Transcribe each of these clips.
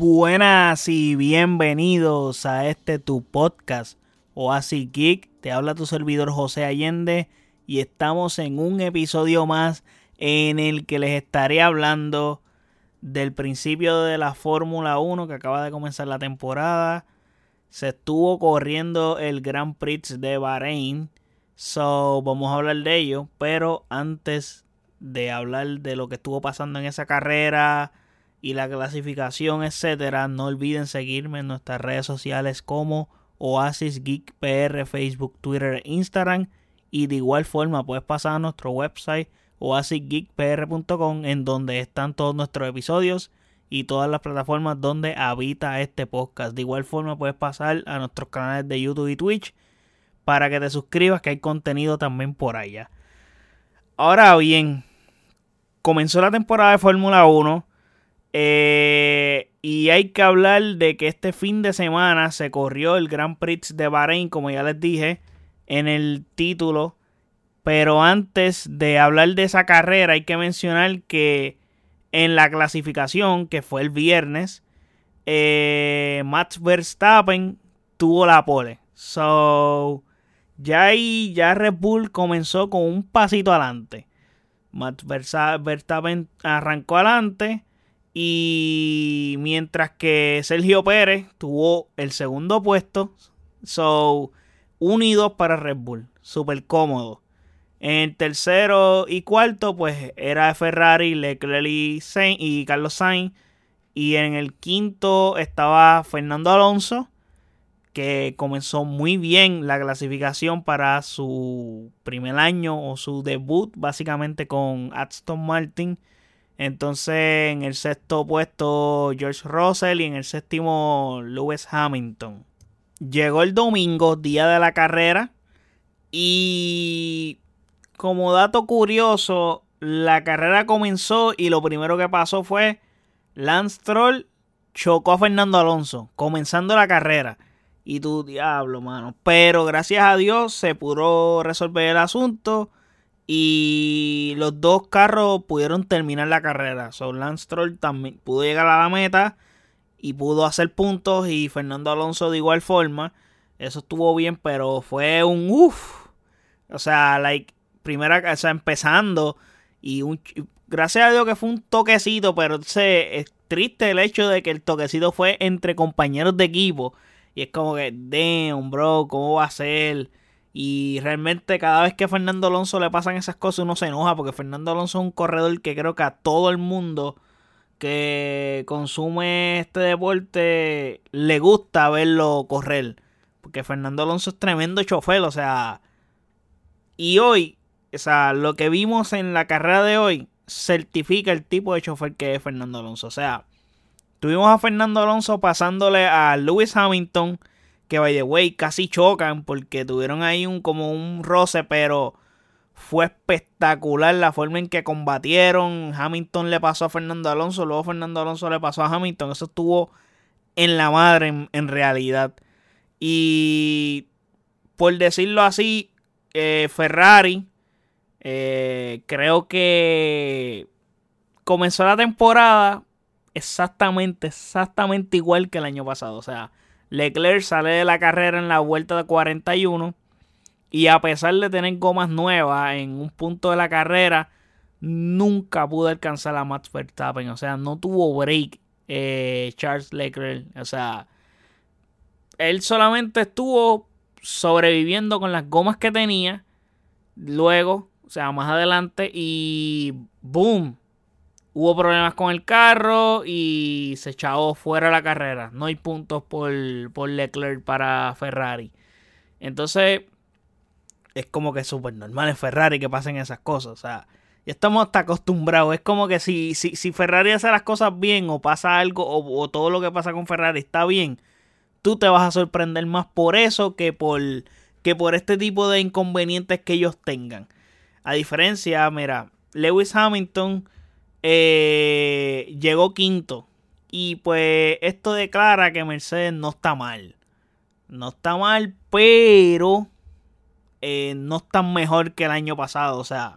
Buenas y bienvenidos a tu podcast Oasis Geek. Te habla tu servidor José Allende y estamos en un episodio más en el que les estaré hablando del principio de la Fórmula 1 que acaba de comenzar la temporada. Se estuvo corriendo el Grand Prix de Bahrein, vamos a hablar de ello, pero antes de hablar de lo que estuvo pasando en esa carrera y la clasificación, etcétera, no olviden seguirme en nuestras redes sociales como Oasis Geek PR, Facebook, Twitter e Instagram. Y de igual forma puedes pasar a nuestro website oasisgeekpr.com, en donde están todos nuestros episodios y todas las plataformas donde habita este podcast. De igual forma puedes pasar a nuestros canales de YouTube y Twitch para que te suscribas, que hay contenido también por allá. Ahora bien, comenzó la temporada de Fórmula 1. Y hay que hablar de que este fin de semana se corrió el Grand Prix de Bahrein, como ya les dije en el título. Pero antes de hablar de esa carrera, hay que mencionar que en la clasificación, que fue el viernes, Max Verstappen tuvo la pole. Ya Red Bull comenzó con un pasito adelante. Max Verstappen arrancó adelante. Y mientras que Sergio Pérez tuvo el segundo puesto. 1 y 2 para Red Bull. Súper cómodo. En el tercero y cuarto, pues era Ferrari, Leclerc y Carlos Sainz. Y en el quinto estaba Fernando Alonso, que comenzó muy bien la clasificación para su primer año o su debut, básicamente con Aston Martin. Entonces en el sexto puesto George Russell y en el séptimo Lewis Hamilton. Llegó el domingo, día de la carrera, y como dato curioso, la carrera comenzó y lo primero que pasó fue Lance Stroll chocó a Fernando Alonso comenzando la carrera. Y tú, diablo, mano. Pero gracias a Dios se pudo resolver el asunto y los dos carros pudieron terminar la carrera. Lance Stroll también pudo llegar a la meta y pudo hacer puntos, y Fernando Alonso de igual forma. Eso estuvo bien, pero fue un uff. O sea, empezando. Gracias a Dios que fue un toquecito, pero es triste el hecho de que el toquecito fue entre compañeros de equipo. Y es como que, damn, bro, ¿cómo va a ser? Y realmente cada vez que a Fernando Alonso le pasan esas cosas uno se enoja, porque Fernando Alonso es un corredor que creo que a todo el mundo que consume este deporte le gusta verlo correr, porque Fernando Alonso es tremendo chofer, o sea. Y hoy, o sea, lo que vimos en la carrera de hoy certifica el tipo de chofer que es Fernando Alonso. O sea, tuvimos a Fernando Alonso pasándole a Lewis Hamilton, que by the way casi chocan porque tuvieron ahí como un roce, pero fue espectacular la forma en que combatieron. Hamilton le pasó a Fernando Alonso, luego Fernando Alonso le pasó a Hamilton. Eso estuvo en la madre en realidad. Y por decirlo así, Ferrari creo que comenzó la temporada exactamente igual que el año pasado. O sea, Leclerc sale de la carrera en la vuelta de 41 y a pesar de tener gomas nuevas en un punto de la carrera, nunca pudo alcanzar a Max Verstappen. O sea, no tuvo break Charles Leclerc. O sea, él solamente estuvo sobreviviendo con las gomas que tenía. Luego, o sea, más adelante, y boom, hubo problemas con el carro y se echó fuera la carrera. No hay puntos por Leclerc para Ferrari. Entonces, es como que es súper normal en Ferrari que pasen esas cosas. O sea, ya estamos hasta acostumbrados. Es como que si Ferrari hace las cosas bien o pasa algo o todo lo que pasa con Ferrari está bien, tú te vas a sorprender más por eso que por este tipo de inconvenientes que ellos tengan. A diferencia, mira, Lewis Hamilton llegó quinto. Y pues esto declara que Mercedes no está mal. No está mal, pero no están mejor que el año pasado. O sea,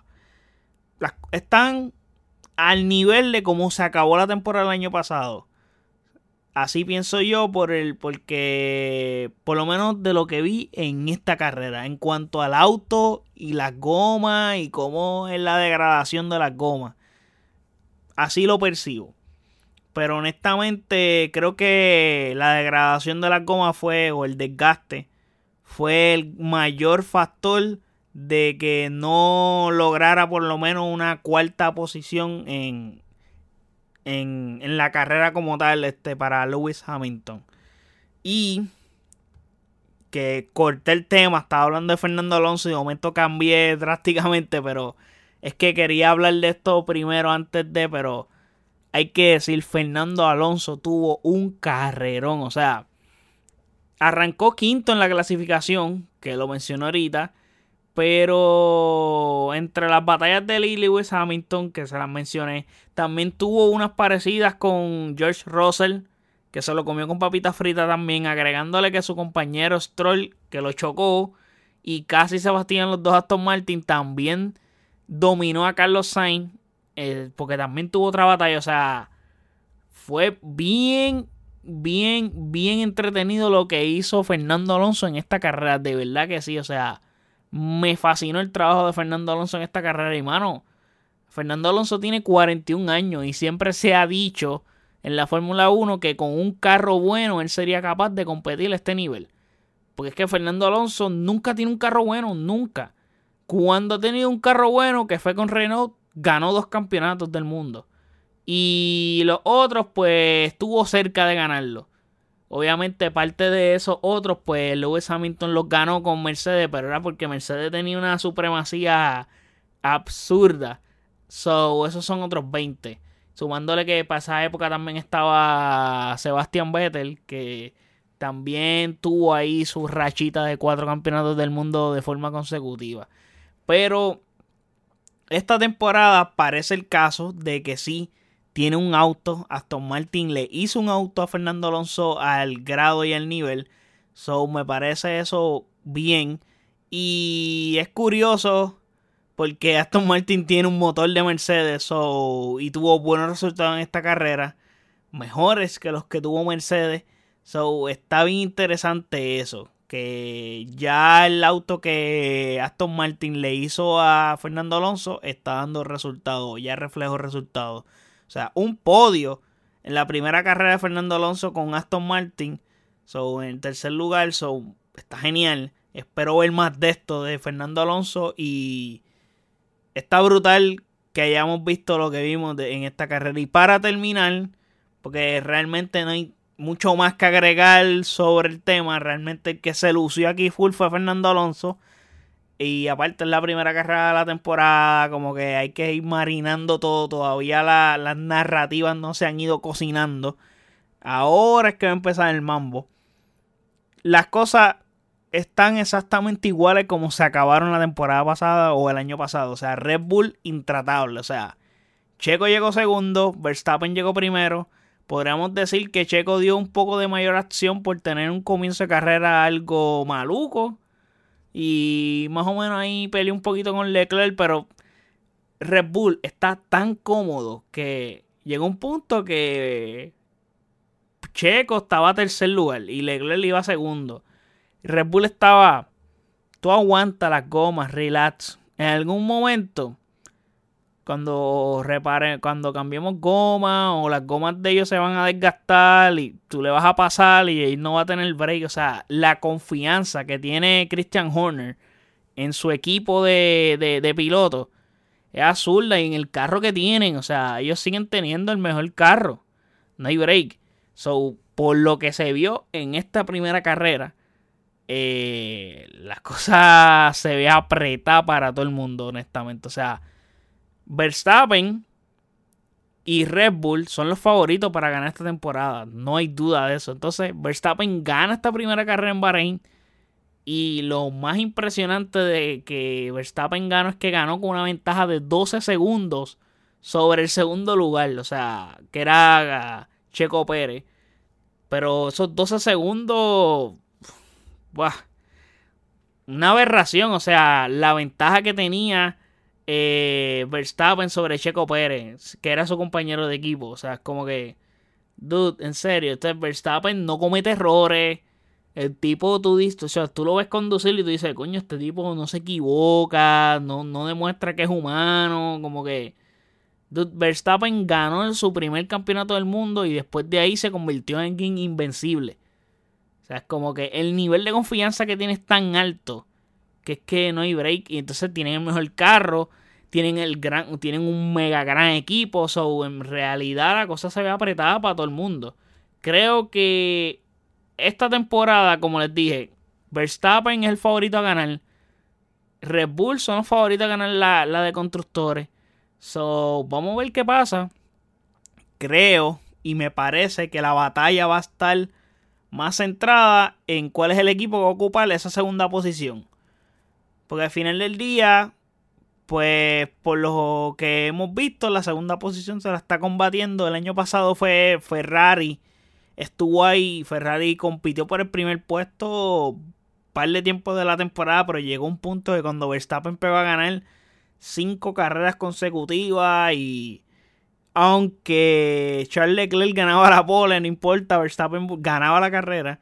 están al nivel de cómo se acabó la temporada del año pasado. Así pienso yo porque por lo menos de lo que vi en esta carrera, en cuanto al auto y las gomas y cómo es la degradación de las gomas. Así lo percibo. Pero honestamente creo que la degradación de las gomas o el desgaste fue el mayor factor de que no lograra por lo menos una cuarta posición en la carrera como tal para Lewis Hamilton. Y que corté el tema, estaba hablando de Fernando Alonso y de momento cambié drásticamente, pero es que quería hablar de esto primero pero hay que decir, Fernando Alonso tuvo un carrerón, o sea, arrancó quinto en la clasificación, que lo mencioné ahorita, pero entre las batallas de Lewis Hamilton, que se las mencioné, también tuvo unas parecidas con George Russell, que se lo comió con papitas fritas también, agregándole que su compañero Stroll, que lo chocó, y casi se bastían los dos Aston Martin, también dominó a Carlos Sainz, porque también tuvo otra batalla. O sea, fue bien entretenido lo que hizo Fernando Alonso en esta carrera, de verdad que sí. O sea, me fascinó el trabajo de Fernando Alonso en esta carrera. Y mano, Fernando Alonso tiene 41 años y siempre se ha dicho en la Fórmula 1 que con un carro bueno él sería capaz de competir a este nivel. Porque es que Fernando Alonso nunca tiene un carro bueno, nunca. Cuando ha tenido un carro bueno, que fue con Renault, ganó 2 campeonatos del mundo. Y los otros, pues, estuvo cerca de ganarlo. Obviamente, parte de esos otros, pues, Lewis Hamilton los ganó con Mercedes, pero era porque Mercedes tenía una supremacía absurda. So, esos son otros 20. Sumándole que para esa época también estaba Sebastian Vettel, que también tuvo ahí su rachita de 4 campeonatos del mundo de forma consecutiva. Pero esta temporada parece el caso de que sí tiene un auto. Aston Martin le hizo un auto a Fernando Alonso al grado y al nivel. So, me parece eso bien. Y es curioso porque Aston Martin tiene un motor de Mercedes y tuvo buenos resultados en esta carrera. Mejores que los que tuvo Mercedes. So, está bien interesante eso. Que ya el auto que Aston Martin le hizo a Fernando Alonso está dando resultados. Ya reflejó resultados. O sea, un podio en la primera carrera de Fernando Alonso con Aston Martin. En tercer lugar. Está genial. Espero ver más de esto de Fernando Alonso. Y está brutal que hayamos visto lo que vimos en esta carrera. Y para terminar, porque realmente no hay mucho más que agregar sobre el tema. Realmente el que se lució aquí full fue Fernando Alonso. Y aparte es la primera carrera de la temporada. Como que hay que ir marinando todo. Todavía las narrativas no se han ido cocinando. Ahora es que va a empezar el mambo. Las cosas están exactamente iguales como se acabaron la temporada pasada o el año pasado. O sea, Red Bull intratable. O sea, Checo llegó segundo, Verstappen llegó primero. Podríamos decir que Checo dio un poco de mayor acción por tener un comienzo de carrera algo maluco. Y más o menos ahí peleó un poquito con Leclerc. Pero Red Bull está tan cómodo que llegó un punto que Checo estaba a tercer lugar y Leclerc iba a segundo. Red Bull estaba, tú aguanta las gomas, relax. En algún momento, cuando cambiemos goma o las gomas de ellos se van a desgastar y tú le vas a pasar y él no va a tener break. O sea, la confianza que tiene Christian Horner en su equipo de pilotos es absurda. Y en el carro que tienen, o sea, ellos siguen teniendo el mejor carro. No hay break. Por lo que se vio en esta primera carrera, las cosas se ve apretada para todo el mundo, honestamente. O sea, Verstappen y Red Bull son los favoritos para ganar esta temporada. No hay duda de eso. Entonces, Verstappen gana esta primera carrera en Bahrein. Y lo más impresionante de que Verstappen ganó es que ganó con una ventaja de 12 segundos sobre el segundo lugar. O sea, que era Checo Pérez. Pero esos 12 segundos, ¡buah!, una aberración. O sea, la ventaja que tenía Verstappen sobre Checo Pérez, que era su compañero de equipo. O sea, es como que Dude, en serio, este Verstappen no comete errores. El tipo, tú lo ves conducir y tú dices, coño, este tipo no se equivoca, no demuestra que es humano, como que... Dude, Verstappen ganó su primer campeonato del mundo y después de ahí se convirtió en invencible. O sea, es como que el nivel de confianza que tiene es tan alto que es que no hay break. Y entonces tienen el mejor carro, tienen un mega gran equipo. So, en realidad la cosa se ve apretada para todo el mundo. Creo que esta temporada, como les dije, Verstappen es el favorito a ganar. Red Bull son los favoritos a ganar la de constructores. So, vamos a ver qué pasa. Creo y me parece que la batalla va a estar más centrada en cuál es el equipo que va a ocupar esa segunda posición. Porque al final del día, pues por lo que hemos visto, la segunda posición se la está combatiendo. El año pasado fue Ferrari. Estuvo ahí, Ferrari compitió por el primer puesto un par de tiempo de la temporada, pero llegó un punto que cuando Verstappen pegó a ganar 5 carreras consecutivas y aunque Charles Leclerc ganaba la pole, no importa, Verstappen ganaba la carrera,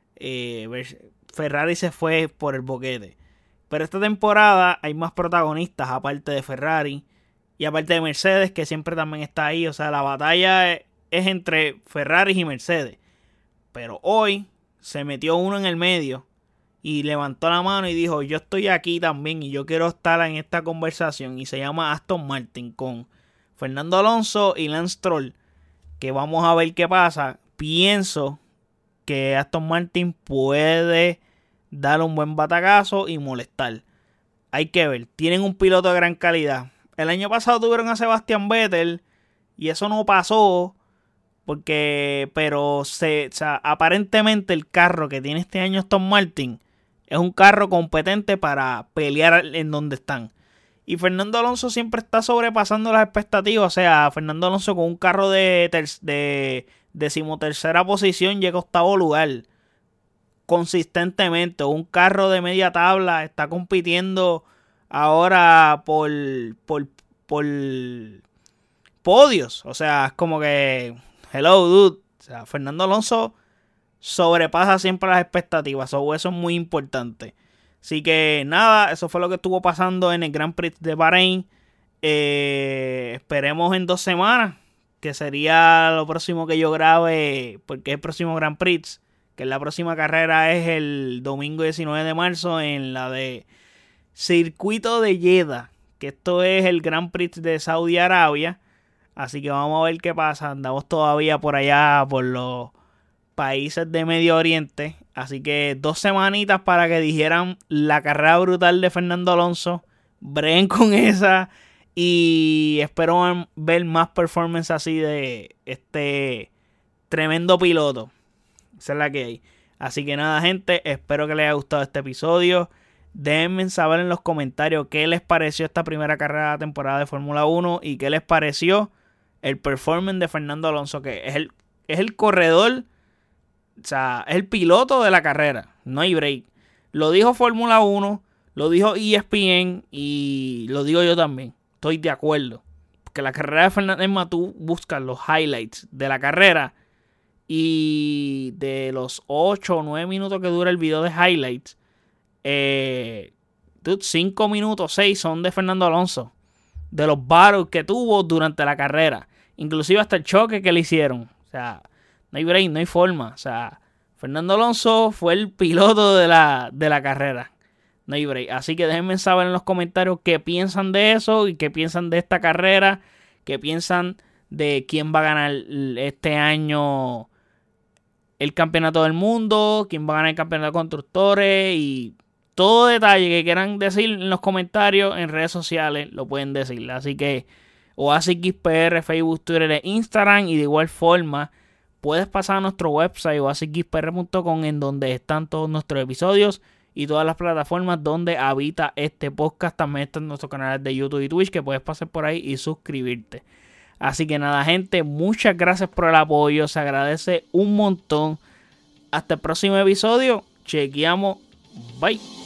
Ferrari se fue por el boquete. Pero esta temporada hay más protagonistas aparte de Ferrari y aparte de Mercedes, que siempre también está ahí. O sea, la batalla es entre Ferrari y Mercedes. Pero hoy se metió uno en el medio y levantó la mano y dijo, yo estoy aquí también y yo quiero estar en esta conversación. Y se llama Aston Martin con Fernando Alonso y Lance Stroll. Que vamos a ver qué pasa. Pienso que Aston Martin puede dar un buen batacazo y molestar. Hay que ver. Tienen un piloto de gran calidad. El año pasado tuvieron a Sebastian Vettel y eso no pasó. Pero aparentemente el carro que tiene este año Aston Martin es un carro competente para pelear en donde están. Y Fernando Alonso siempre está sobrepasando las expectativas. O sea, Fernando Alonso con un carro de 13ª posición llega a 8º lugar. Consistentemente. Un carro de media tabla está compitiendo ahora por podios. O sea, es como que... Hello, dude. O sea, Fernando Alonso sobrepasa siempre las expectativas. Eso es muy importante. Así que nada, eso fue lo que estuvo pasando en el Grand Prix de Bahrein. Esperemos en 2 semanas, que sería lo próximo que yo grabe, porque es el próximo Grand Prix, que la próxima carrera es el domingo 19 de marzo en la de Circuito de Jeddah, que esto es el Grand Prix de Saudi Arabia. Así que vamos a ver qué pasa. Andamos todavía por allá, por los países de Medio Oriente. Así que 2 semanitas para que dijeran la carrera brutal de Fernando Alonso. Breguen con esa. Y espero ver más performance así de este tremendo piloto. Esa es la que hay. Así que nada, gente. Espero que les haya gustado este episodio. Déjenme saber en los comentarios qué les pareció esta primera carrera de la temporada de Fórmula 1. Y qué les pareció el performance de Fernando Alonso, que es el corredor. O sea, es el piloto de la carrera. No hay break. Lo dijo Fórmula 1, lo dijo ESPN y lo digo yo también. Estoy de acuerdo. Porque la carrera de Fernando, tú buscas los highlights de la carrera y de los 8 o 9 minutos que dura el video de highlights, 5 minutos, 6 son de Fernando Alonso. De los battles que tuvo durante la carrera. Inclusive hasta el choque que le hicieron. O sea, no hay break, no hay forma. O sea, Fernando Alonso fue el piloto de la carrera. No hay break. Así que déjenme saber en los comentarios qué piensan de eso y qué piensan de esta carrera. Qué piensan de quién va a ganar este año el campeonato del mundo. Quién va a ganar el campeonato de constructores. Y todo detalle que quieran decir en los comentarios, en redes sociales, lo pueden decir. Así que OasisXPR, Facebook, Twitter e Instagram. Y de igual forma, puedes pasar a nuestro website oasisxpr.com, en donde están todos nuestros episodios y todas las plataformas donde habita este podcast. También están nuestros canales de YouTube y Twitch, que puedes pasar por ahí y suscribirte. Así que nada, gente, muchas gracias por el apoyo. Se agradece un montón. Hasta el próximo episodio. Chequeamos. Bye.